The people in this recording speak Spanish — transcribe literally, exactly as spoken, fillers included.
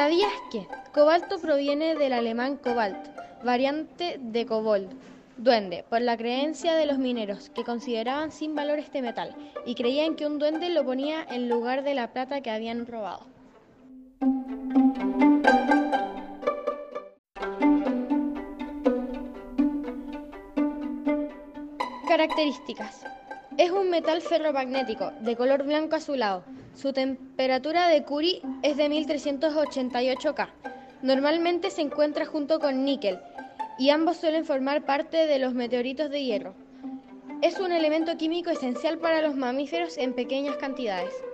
¿Sabías que cobalto proviene del alemán Cobalt, variante de kobold, duende, por la creencia de los mineros que consideraban sin valor este metal y creían que un duende lo ponía en lugar de la plata que habían robado? Características. Es un metal ferromagnético de color blanco azulado. Su temperatura de Curie es de mil trescientos ochenta y ocho K. Normalmente se encuentra junto con níquel y ambos suelen formar parte de los meteoritos de hierro. Es un elemento químico esencial para los mamíferos en pequeñas cantidades.